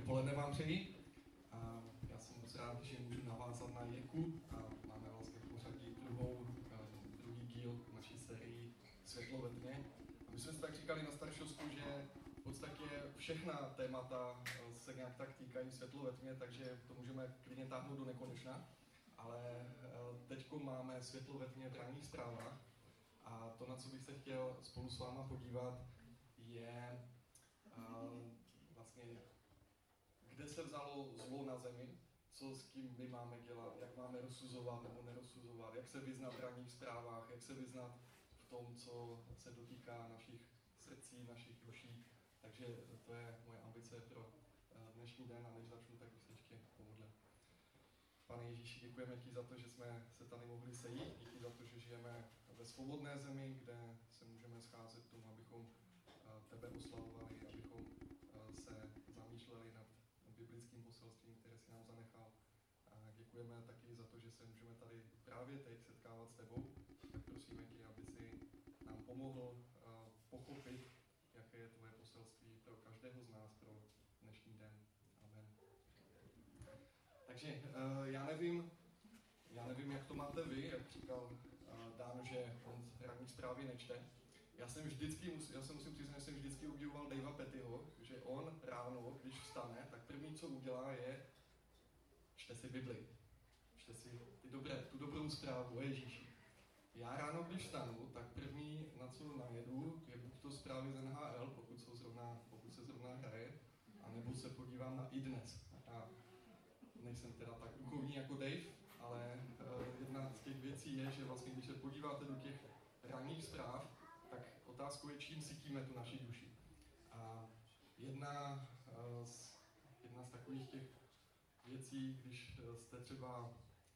dopoledne vám přeji. Já jsem moc rád, že můžu navázat na Jirku a máme vlastně v pořadí druhý díl naší sérii Světlo ve tmě. A my jsme si tak říkali na staršovsku, že v podstatě všechna témata se nějak tak týkají světlo ve tmě, takže to můžeme klidně táhnout do nekonečna. Ale teďko máme světlo ve tmě v ranních zprávách a to, na co bych se chtěl spolu s váma podívat, je vlastně, kde se vzalo zlo na zemi, co s tím my máme dělat, jak máme rozsuzovat nebo nerozsuzovat, jak se vyznat v ranních zprávách, jak se vyznat v tom, co se dotýká našich srdcí, našich duší. Takže to je moje ambice pro dnešní den a než začnu, tak bych se ještě pomodlil. Pane Ježíši, děkujeme ti za to, že jsme se tady mohli sejít, díky za to, že žijeme ve svobodné zemi, kde se můžeme scházet k tomu, abychom tebe oslavovali, abychom se zamýšleli nad biblickým poselstvím, které si nám zanechal. A děkujeme taky za to, že se můžeme tady právě teď setkávat s tebou. Tak prosíme tě, aby si nám pomohl pochopit, jaké je tvoje poselství pro každého z nás pro dnešní den. Amen. Takže já nevím, jak to máte vy, jak říkal Dan, že on ranní zprávy nečte. Já se musím přiznat, že jsem vždycky obdivoval Davea Pettyho, že on ráno, když vstane, tak první, co udělá, je čte si Bibli. Čte si tu dobrou zprávu o Ježíši. Já ráno, když vstanu, tak první, na co najedu, je buď to zprávy z NHL, pokud se zrovna hraje, anebo se podívám na iDnes. A nejsem teda tak duchovní jako Dave, ale jedna z těch věcí je, že vlastně, když se podíváte do těch ranních zpráv, tak otázkou je, čím sytíme tu naši duši. A jedna z takových těch věcí, když jste třeba,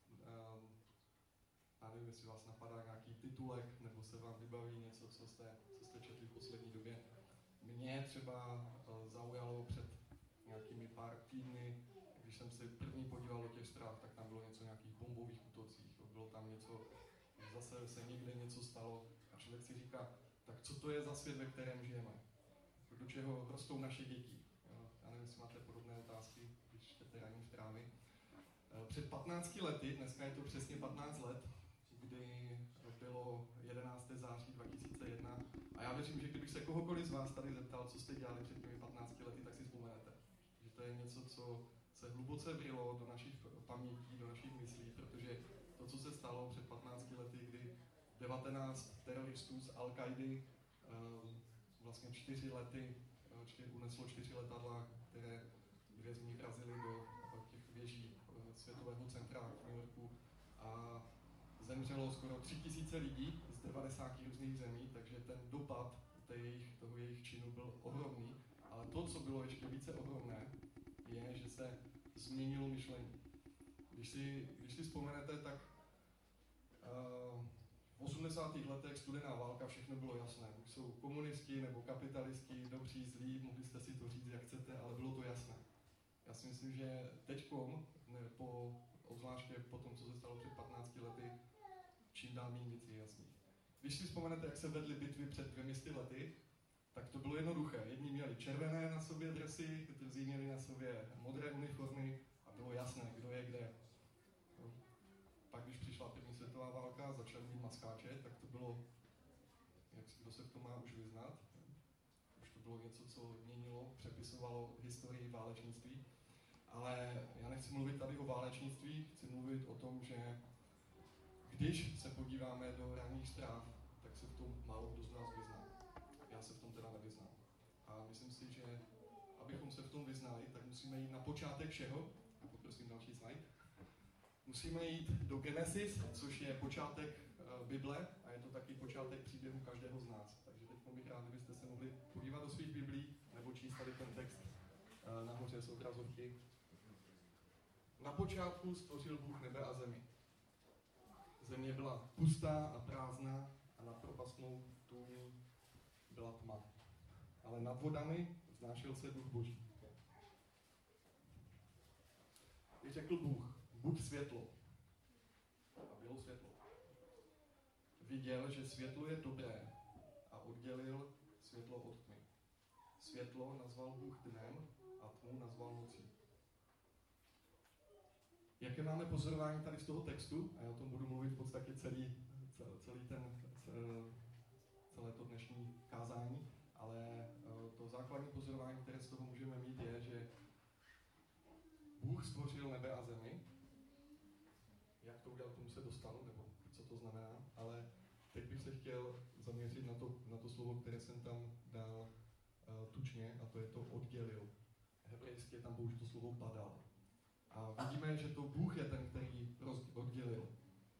já nevím, jestli vás napadá nějaký titulek, nebo se vám vybaví něco, co jste četli v poslední době. Mě třeba zaujalo před nějakými pár týdny, když jsem se první podíval do těch zpráv, tak tam bylo něco o nějakých bombových útocích, bylo tam něco, zase se někde něco stalo a člověk si říká, tak co to je za svět, ve kterém žijeme? Do čeho rostou naše děti? Já nevím, jestli máte podobné otázky, když čtete ranní zprávy. Před 15 lety, dneska je to přesně 15 let, kdy bylo 11. září 2001 a já věřím, že kdybych se kohokoliv z vás tady zeptal, co jste dělali před těmi 15 lety, tak si vzpomenete. Že to je něco, co se hluboce vrylo do našich pamětí, do našich myslí, protože to, co se stalo před 15 lety, kdy 19 teroristů z Al-Kaidy vlastně 4 lety uneslo 4 letadla, které 2 z nich vrazily do těch věží Světového centra v New Yorku a zemřelo skoro 3000 lidí z 90 různých zemí, takže ten dopad toho jejich činu byl ohromný. Ale to, co bylo ještě více ohromné, je, že se změnilo myšlení. Když si vzpomenete, tak v 80. letech studená válka, všechno bylo jasné. Už jsou komunisti nebo kapitalisti, dobří, zlí, mohli jste si to říct, jak chcete, ale bylo to jasné. Já si myslím, že teďkom, obzvláště po tom, co se stalo před 15 lety, čím dál méně věcí je jasných. Když si vzpomenete, jak se vedly bitvy před 200 lety, tak to bylo jednoduché. Jedni měli červené na sobě dresy, druzí měli na sobě modré uniformy a bylo jasné, kdo je kde. Pak, když přišla první světová válka, začali mít maskáče, tak to bylo, kdo se v tom má už vyznat. Už to bylo něco, co měnilo, přepisovalo historii válečnictví. Ale já nechci mluvit tady o válečnictví, chci mluvit o tom, že když se podíváme do ranních zpráv, tak se v tom málo kdo z nás vyzná. Já se v tom teda nevyznám. A myslím si, že abychom se v tom vyznali, tak musíme jít na počátek všeho. A poprosím další slide. Musíme jít do Genesis, což je počátek Bible a je to taky počátek příběhu každého z nás. Takže teď bych rád, kdybyste se mohli podívat do svých Biblí nebo číst tady ten text nahoře z obrazovky. Na počátku stvořil Bůh nebe a zemi. Země byla pustá a prázdná a nad propastnou tůní byla tma. Ale nad vodami vznášel se duch Boží. I řekl Bůh, buď světlo. A bylo světlo. Viděl, že světlo je dobré a oddělil světlo od tmy. Světlo nazval Bůh dnem a tmu nazval nocí. Jaké máme pozorování tady z toho textu? A já o tom budu mluvit v podstatě celé to dnešní kázání, ale to základní pozorování, které z toho můžeme mít, je, že Bůh stvořil nebe a zemi. Jak to udělal, k tomu se dostanu, nebo co to znamená, ale teď bych se chtěl zaměřit na to slovo, které jsem tam dal tučně, a to je to oddělil. Hebrejsky je tam použito slovo badal. A vidíme, že to Bůh je ten, který oddělil.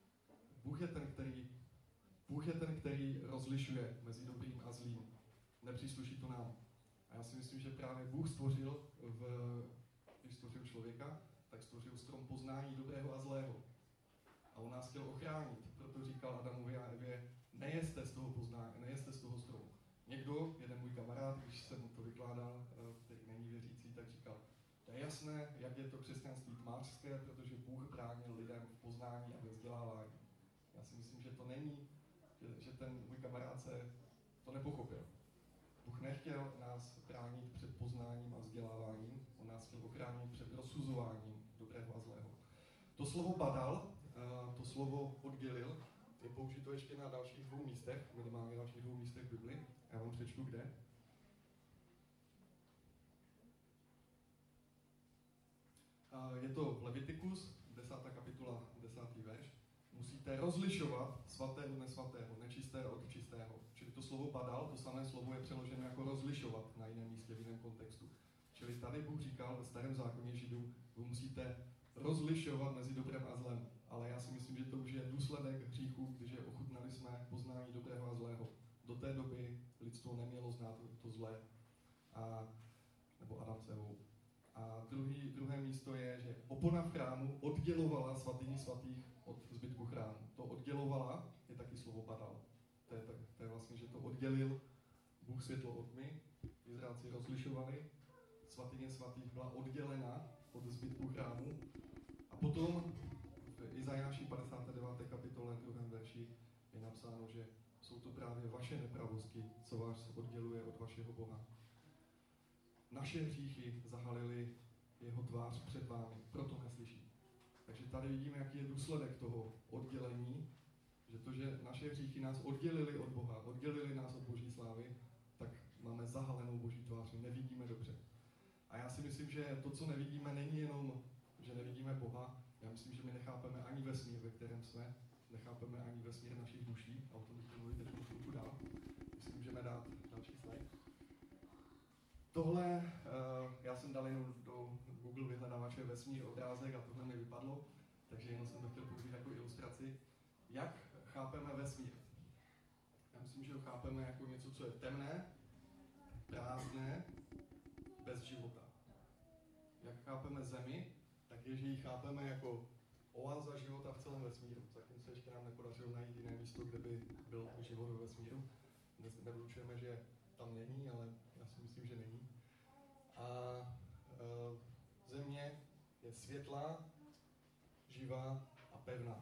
Bůh je ten, který rozlišuje mezi dobrým a zlým. Nepřísluší to nám. A já si myslím, že právě Bůh stvořil, když stvořil člověka, tak stvořil strom poznání dobrého a zlého. A on nás chtěl ochránit, proto říkal Adamovi a Evě, nejeste z toho poznání, nejeste z toho stromu. Někdo, jeden můj kamarád, když jsem to vykládal, který není věřící, tak říkal, to je jasné, jak je to křesťanství tmářské, protože Bůh bránil lidem v poznání a ve vzdělávání. Já si myslím, že to není, že ten můj kamarád se to nepochopil. Bůh nechtěl nás bránit před poznáním a vzděláváním, on nás chtěl ochránit před rozsuzováním dobrého a zlého. To slovo badal, to slovo oddělil, je použito ještě na dalších 2 místech, minimálně dalších 2 místech v Bibli. Já vám přečtu kde. Je to Levitikus, 10. kapitola, 10. verš. Musíte rozlišovat svaté od nesvatého, nečisté od čistého. Čili to slovo badal, to samé slovo je přeloženo jako rozlišovat na jiném místě, v jiném kontextu. Čili tady Bůh říkal ve Starém zákoně Židů, vy musíte rozlišovat mezi dobrem a zlem. Ale já si myslím, že to už je důsledek hříchu, když ochutnali jsme poznání dobrého a zlého. Do té doby lidstvo nemělo znát to zlé, nebo Adam s Evou. A druhé místo je, že opona v chrámu oddělovala svatyni svatých od zbytku chrámu. To oddělovala je taky slovo badal. To je vlastně, že to oddělil Bůh světlo od tmy, Izraelci rozlišovali, svatyně svatých byla oddělena od zbytku chrámu. A potom v Izajáši 59. kapitole 2. verši je napsáno, že jsou to právě vaše nepravosti, co vás odděluje od vašeho Boha. Naše hříchy zahalily jeho tvář před vámi, proto neslyší. Takže tady vidíme, jaký je důsledek toho oddělení, že to, že naše hříchy nás oddělily od Boha, oddělily nás od Boží slávy, tak máme zahalenou Boží tvář, nevidíme dobře. A já si myslím, že to, co nevidíme, není jenom, že nevidíme Boha. Já myslím, že my nechápeme ani vesmír, ve kterém jsme, nechápeme ani vesmír našich duší, a o tom bych mluvit teď chvilku dál. Jestli můžeme dát další slide. Tohle, já jsem dal jenom do Google vyhledávače vesmír obrázek a tohle mi vypadlo, takže jenom jsem to chtěl použít jako ilustraci. Jak chápeme vesmír? Já myslím, že ho chápeme jako něco, co je temné, prázdné, bez života. Jak chápeme Zemi, tak je, že ji chápeme jako oáza života v celém vesmíru. Zatím se ještě nám nepodařilo najít jiné místo, kde by byl život ve vesmíru. Dnes nevylučujeme, že tam není, ale já si myslím, že není. A Země je světlá, živá a pevná.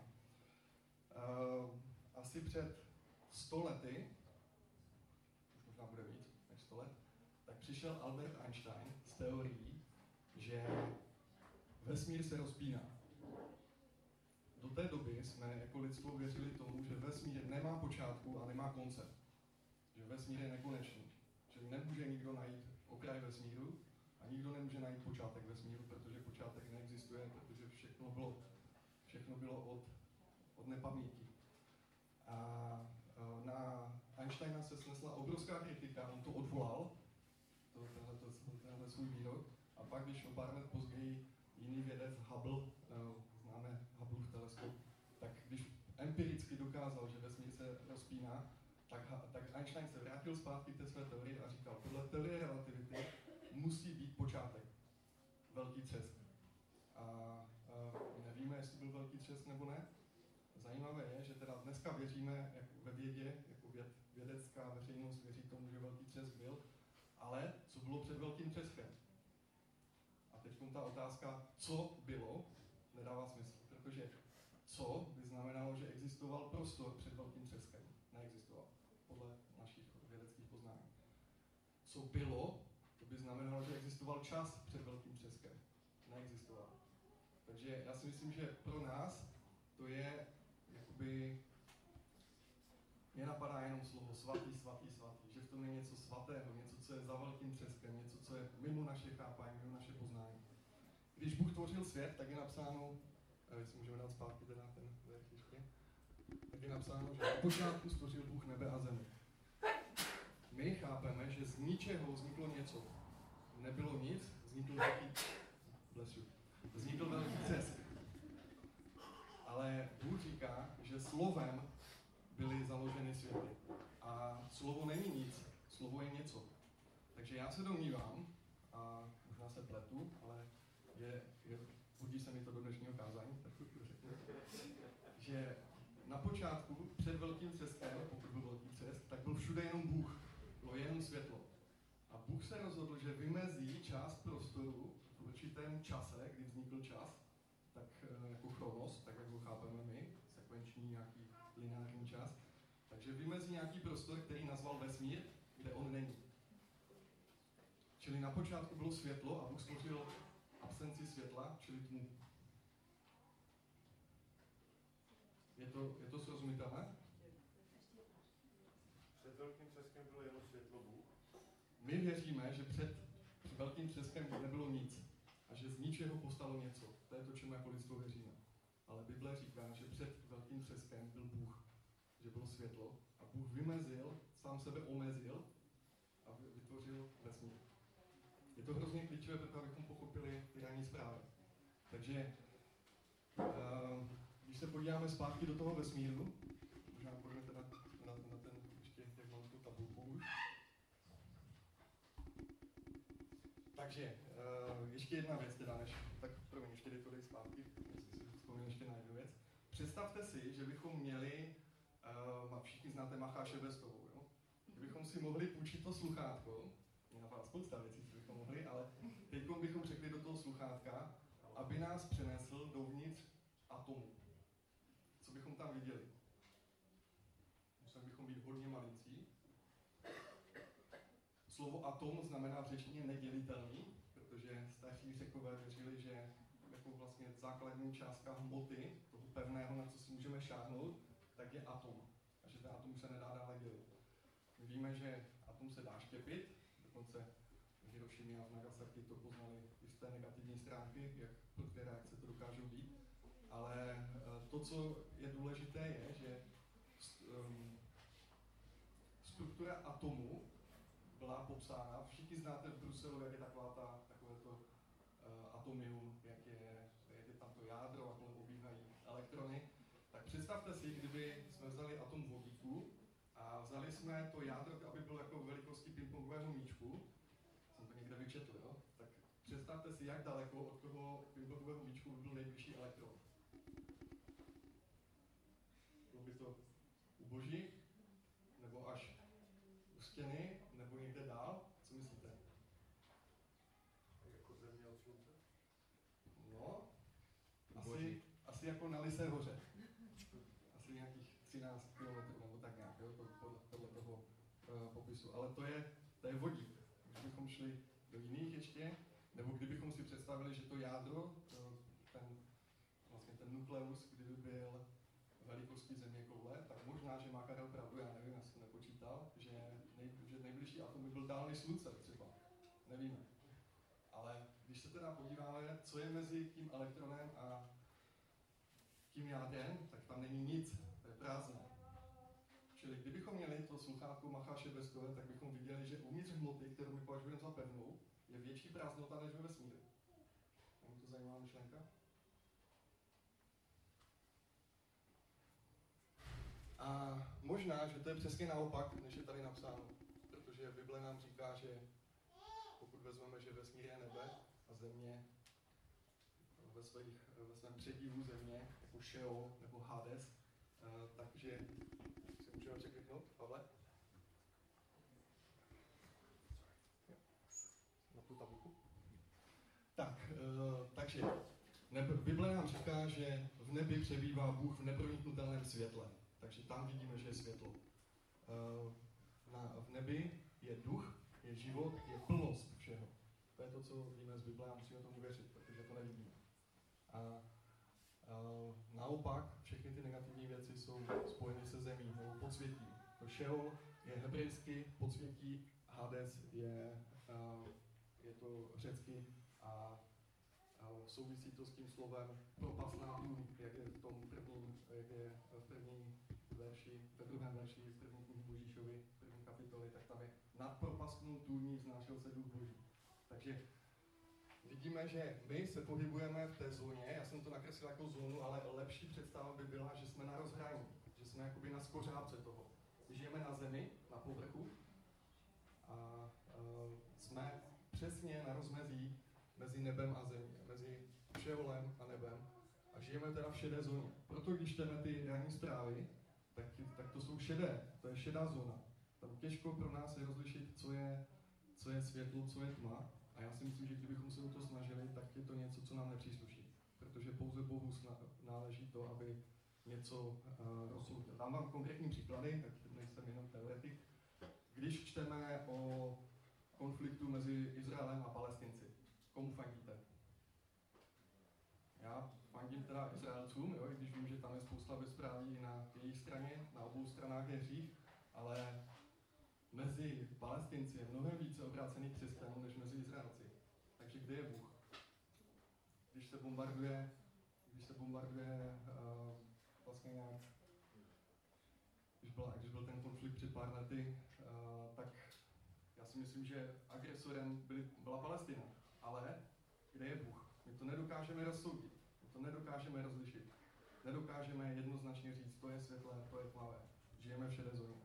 Asi před 100 lety, už možná bude víc než 100 let, tak přišel Albert Einstein s teorií, že vesmír se rozpíná. Do té doby jsme jako lidstvo věřili tomu, že vesmír nemá počátku a nemá konce. Že vesmír je nekonečný. Že nemůže nikdo najít okraj vesmíru a nikdo nemůže najít počátek vesmíru, protože počátek neexistuje, protože všechno bylo od nepaměti. A na Einsteina se snesla obrovská kritika, on to odvolal, tenhle svůj výrok, a pak, když o pár let později jiný vědec Hubble, známe Hubbleův teleskop, tak když empiricky dokázal, že vesmír se rozpíná, tak Einstein se vrátil zpátky k té své teorii a říkal, podle teorie relativity musí být počátek, velký třesk. A nevíme, jestli byl velký třesk nebo ne. Zajímavé je, že teda dneska věříme ve vědě, jako vědecká veřejnost věří tomu, že velký třesk byl, ale co bylo před velkým třeskem? A teď ta otázka, co bylo, nedává smysl, protože co by znamenalo, že existoval prostor před velkým třeskem. Neexistoval, podle našich vědeckých poznání. Co bylo, to by znamenalo, že existoval čas před velkým třeskem. Neexistoval. Takže já si myslím, že pro nás to je jakoby, mě napadá jenom slovo svatý, svatý, svatý, že v tom je něco svatého, něco, co je za velkým třeskem, něco, co je mimo naše chápání, mimo naše poznání. Když Bůh tvořil svět, tak je napsáno, jestli můžeme dát zpátky teda ten verš ještě, tak je napsáno, že na počátku stvořil Bůh nebe a zemi. My chápeme, že z ničeho vzniklo něco. Nebylo nic, vznikl velký třesk. Ale Bůh říká, že slovem byly založeny světy. A slovo není nic, slovo je něco. Takže já se domnívám, a možná se pletu, ale hodí se mi to do dnešního kázání, tak to řeknu, že na počátku, před velkým třeskem, pokud byl velký třesk, tak byl všude jenom Bůh, bylo jenom světlo. A Bůh se rozhodl, že vymezí část prostoru v určitém čase, kdy vznikl čas, tak jako chronos, tak jak ho chápeme my, sekvenční nějaký lineární čas, takže vymezí nějaký prostor, který nazval vesmír, kde on není. Čili na počátku bylo světlo a Bůh stvořil absenci světla, čili tmu. Je to srozumitelné? Před velkým třeskem bylo jenom světlo Bůh. My věříme, že před velkým třeskem nebylo nic a že z ničeho povstalo něco. To je to, čemu jako lidstvo věříme. Ale Bible říká, že před velkým třeskem byl Bůh, že bylo světlo a Bůh vymezil, sám sebe omezil a vytvořil vesmír. Je to hrozně klíčové, proto abychom pochopili ty ranní zprávy. Takže když se podíváme zpátky do toho vesmíru, možná půjdeme teda na ten, ještě jak mám tu tabulku už. Takže ještě jedna věc teda, tak promiň, ještě dej zpátky, jestli si vzpomínám ještě na jednu věc. Představte si, že bychom měli, všichni znáte Macháše Bestovou, jo? Kdybychom si mohli půjčit to sluchátko, mě napadá spousta věcí, co bychom mohli, ale teď bychom řekli do toho sluchátka, aby nás přenesl dovnitř atomu. Co bychom tam viděli? Museli bychom být hodně malincí. Slovo atom znamená v řečtině nedělitelný, protože starší Řekové věřili, že jako vlastně základní částka hmoty, toho pevného, na co si můžeme šáhnout, tak je atom. A že ten atom se nedá dále dělit. My víme, že atom se dá štěpit, dokonce v Hirošimě a v Nagasaki to poznali i z té negativní stránky, jak prudké reakce to dokážou být. Ale to, co je důležité, je, že struktura atomu byla popsána. Všichni znáte v Bruselu, jak je takové to atomium, jak je tam to jádro a kolem obíhají elektrony. Tak představte si, kdyby jsme vzali atom vodíku a vzali jsme to jádro, aby bylo jako velikosti pingpongového míčku. Jsem to někde vyčetl, jo? Tak představte si, jak daleko od toho pingpongového míčku by byl nejbližší elektron. Bylo by to u boží, nebo až u stěny, nebo někde dál? Co myslíte? Jako země od slunce? No, asi jako na Lysé hoře. Asi nějakých 13 km nebo tak nějak, jo, podle toho popisu. Ale to je vodík. Když bychom šli do jiných ještě, nebo kdybychom si představili, že to jádro, ten nukleus, kdyby byl velikosti země koule, tak možná, že má Karel pravdu, já nevím, já jsem nepočítal, že nejbližší atom by byl dál než slunce třeba. Nevíme. Ale když se teda podíváme, co je mezi tím elektronem a tím jádrem, tak tam není nic, to je prázdné. Čili kdybychom měli to sluchátko Macháše Bestové, tak bychom viděli, že uvnitř hmoty, kterou my považujeme za pevnou, je větší prázdnota než ve vesmíru. Je to zajímavá myšlenka? A možná, že to je přesně naopak, než je tady napsáno. Protože Bible nám říká, že pokud vezmeme, že vesmír je nebe a země ve svém předílu země, jako Sheol nebo Hades, takže si můžeme překliknout, Pavle? Na tu tabulku. Tak, takže Bible nám říká, že v nebi přebývá Bůh v neproniknutelném světle. Takže tam vidíme, že je světlo. V nebi je duch, je život, je plnost všeho. To je to, co víme z Bible a musíme tomu věřit, protože to nevidíme. Naopak, všechny ty negativní věci jsou spojeny se zemí nebo podsvětím. To Šeol je hebrejsky podsvětí, Hades je to řecky a souvisí to s tím slovem propastná tůň, jak je v tom prvním, jak je v prvním verši, ve druhém verši z první knihy Mojžíšovi, první kapitoly, tak tam je nad propastnou tůní vznášel se duch Boží. Takže vidíme, že my se pohybujeme v té zóně, já jsem to nakreslil jako zónu, ale lepší představa by byla, že jsme na rozhraní, že jsme jakoby na skořápce toho. Žijeme na zemi, na povrchu a jsme přesně na rozmezí mezi nebem a zemí, mezi Šeolem a nebem a žijeme teda v šedé zóně. Proto když čteme ty ranní zprávy, tak to jsou šedé, to je šedá zóna. Tam těžko pro nás je rozlišit, co je světlo, co je tma. A já si myslím, že kdybychom se o to snažili, tak je to něco, co nám nepřísluší. Protože pouze Bohu náleží to, aby něco rozsoudil. Dám vám konkrétní příklady, tak nejsem jenom teoretik. Když čteme o konfliktu mezi Izraelem a Palestinci, komu fandíte? Já fandím teda Izraelcům, jo, i když vím, že tam je spousta bezpráví na jejich straně, na obou stranách je hřích, ale mezi Palestinci je mnohem více obrácených křesťanů než mezi Izraelci. Takže kde je Bůh? Když se bombarduje vlastně nějak, když byl ten konflikt před pár lety, tak já si myslím, že agresorem byla Palestina. Ale kde je Bůh? My to nedokážeme rozsoudit, my to nedokážeme rozlišit. Nedokážeme jednoznačně říct, to je světlé, to je tmavé. Žijeme v šedé zóně.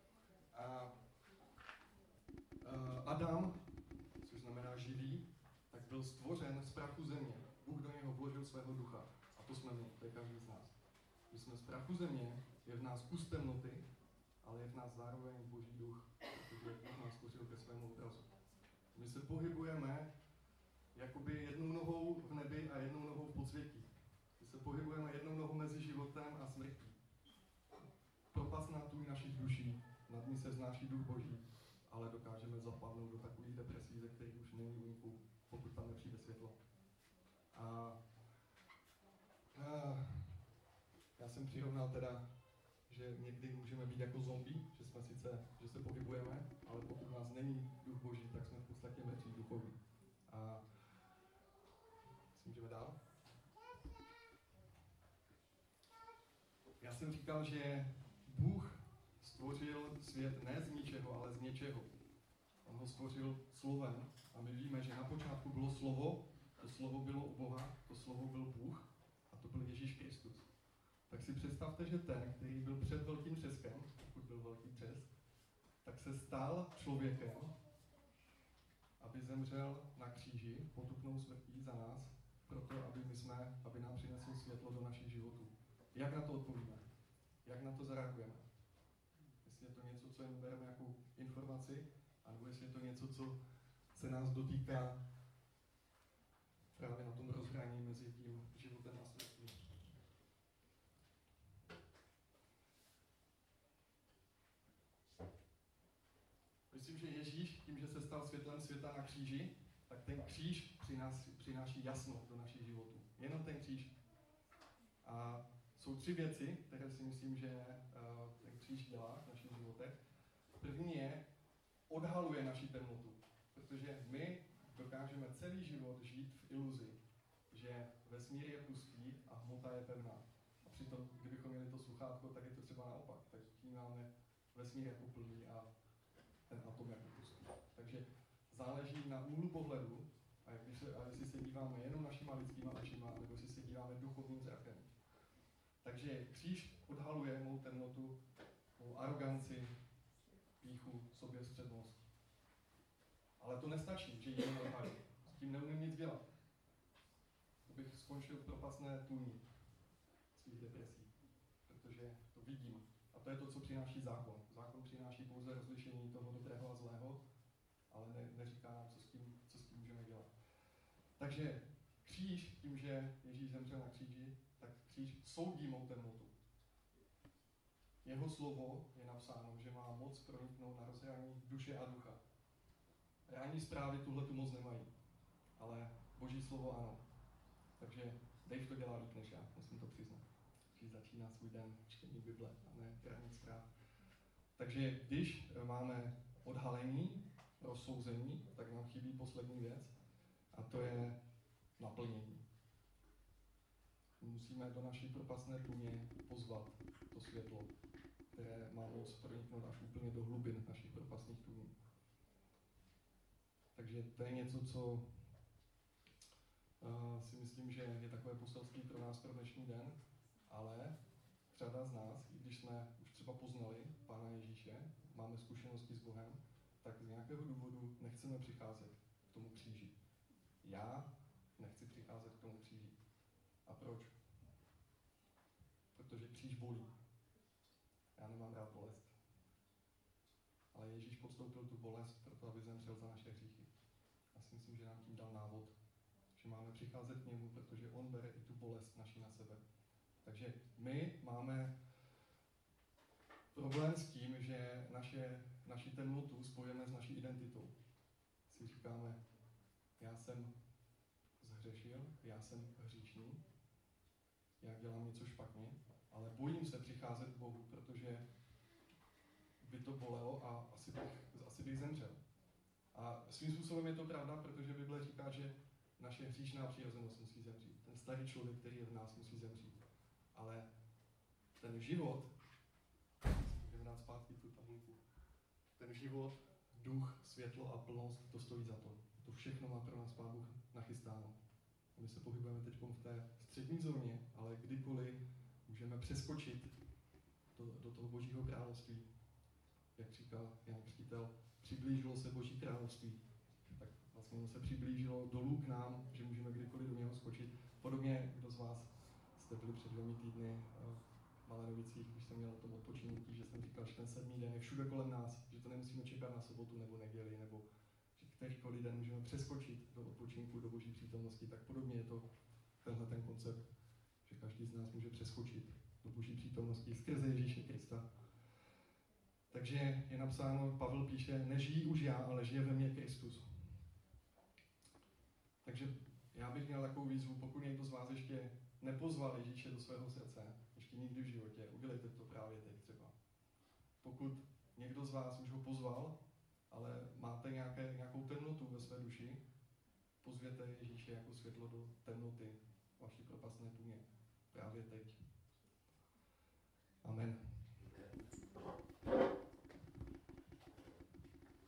Adam, což znamená živý, tak byl stvořen z prachu země. Bůh do něho vložil svého ducha. A to jsme my, to je každý z nás. My jsme z prachu země, je v nás kus temnoty, ale je v nás zároveň Boží duch, protože Bůh nás stvořil ke svému obrazu. My se pohybujeme jakoby jednou nohou v nebi a jednou nohou v podsvětí. My se pohybujeme jednou nohou mezi životem a smrtí. Propastná tůň našich duší, nad ní se vznáší duch Boží, ale dokážeme zapadnout do takových depresí, ze kterých už není úniku, pokud tam nepřijde světlo. Já jsem přirovnal teda, že někdy můžeme být jako zombie, že se pohybujeme, ale pokud nás není duch Boží, tak jsme v podstatě mrtví duchovní. A můžeme dál? Já jsem říkal, že Bůh stvořil svět ne z ničeho, ale z něčeho. On ho stvořil slovem a my víme, že na počátku bylo slovo, to slovo bylo u Boha, to slovo byl Bůh a to byl Ježíš Kristus. Tak si představte, že ten, který byl před velkým třeskem, pokud byl velký třesk, tak se stal člověkem, aby zemřel na kříži potupnou smrtí za nás, proto aby nám přinesl světlo do našich životů. Jak na to odpovíme? Jak na to zareagujeme? Jestli je to něco, co jen bereme jako informaci, anebo jestli je to něco, co se nás dotýká právě na tom rozhraní mezi tím životem a smrtí. Myslím, že Ježíš, tím, že se stal světlem světa na kříži, tak ten kříž přináší jasno do našich životů. Jenom ten kříž. A jsou 3 věci, které si myslím, že ten kříž dělá v našich životech. První je, odhaluje naši temnotu. Protože my dokážeme celý život žít v iluzi, že vesmír je pustý a hmota je pevná. A přitom, kdybychom měli to sluchátko, tak je to třeba naopak. Tak vnímáme vesmír jako plný a ten atom jako pustý. Takže záleží na úhlu pohledu, a jestli se díváme jenom našima lidskýma očima, nebo jestli se díváme duchovním zrakem. Takže kříž odhaluje mou temnotu, mou aroganci, pýchu, soběstřednost. Ale to nestačí, že ji jenom odhalí. S tím neumím nic dělat. To bych skončil v propastné tůni svých depresí, protože to vidím. A to je to, co přináší zákon. Zákon přináší pouze rozlišení toho dobrého a zlého, ale neříká nám, co s tím můžeme dělat. Takže kříž, tím, že Ježíš zemřel na kříži, tak kříž soudí mou temnotu. Jeho slovo je napsáno, že má moc proniknout na rozhraní duše a ducha. Ranní zprávy tuhletu moc nemají, ale Boží slovo ano. Takže Dave to dělá líp než já, musím to přiznat. Když začíná svůj den čtení Bible a ne ranních zpráv. Takže když máme odhalení, rozsouzení, tak nám chybí poslední věc a to je naplnění. Musíme do naší propastné tůně pozvat to světlo, které má moc proniknout až úplně do hlubin našich propastných tůní. Takže to je něco, co si myslím, že je takové poselství pro nás pro dnešní den, ale řada z nás, i když jsme už třeba poznali Pána Ježíše, máme zkušenosti s Bohem, tak z nějakého důvodu nechceme přicházet k tomu kříži. Já nechci přicházet k tomu kříži. A proč? Protože kříž bolí. Já nemám rád bolest. Ale Ježíš podstoupil tu bolest proto, aby zemřel za naše hříchy. Já si myslím, že nám tím dal návod, že máme přicházet k němu, protože on bere i tu bolest naši na sebe. Takže my máme problém s tím, že naši temnotu spojíme s naší identitou. Si říkáme, já jsem zhřešil, já jsem hříšný, já dělám něco špatně, ale bojím se přicházet k Bohu, protože by to bolelo a asi bych zemřel. A svým způsobem je to pravda, protože Bible říká, že naše hříšná přirozenost musí zemřít. Ten starý člověk, který je v nás, musí zemřít. Ale ten život, můžeme dát zpátky tu tabulku, ten život, duch, světlo a plnost, to stojí za to. To všechno má pro nás Pán Bůh nachystáno. A my se pohybujeme teď v té střední zóně, ale kdykoliv můžeme přeskočit do toho Božího království. Jak říkal Jan Křtitel, přiblížilo se Boží království. Tak vlastně se přiblížilo dolů k nám, že můžeme kdykoliv do něho skočit. Podobně, kdo z vás jste byli před 2 týdny v Malenovicích, když jsem měl o tom odpočinutí, že jsem říkal, že ten 7. den je všude kolem nás, že to nemusíme čekat na sobotu nebo neděli, nebo že kterýkoliv den můžeme přeskočit do odpočinku, do Boží přítomnosti. Tak podobně je to tenhle ten koncept, že každý z nás může přeskočit do Boží přítomnosti skrze Ježíše Krista. Takže je napsáno, Pavel píše, nežijí už já, ale žije ve mně Kristus. Takže já bych měl takovou výzvu, pokud někdo z vás ještě nepozval Ježíše do svého srdce, ještě nikdy v životě, udělejte to právě teď třeba. Pokud někdo z vás už ho pozval, ale máte nějakou temnotu ve své duši, pozvěte Ježíše jako světlo do temnoty vaší propastné tůně. Právě teď. Amen.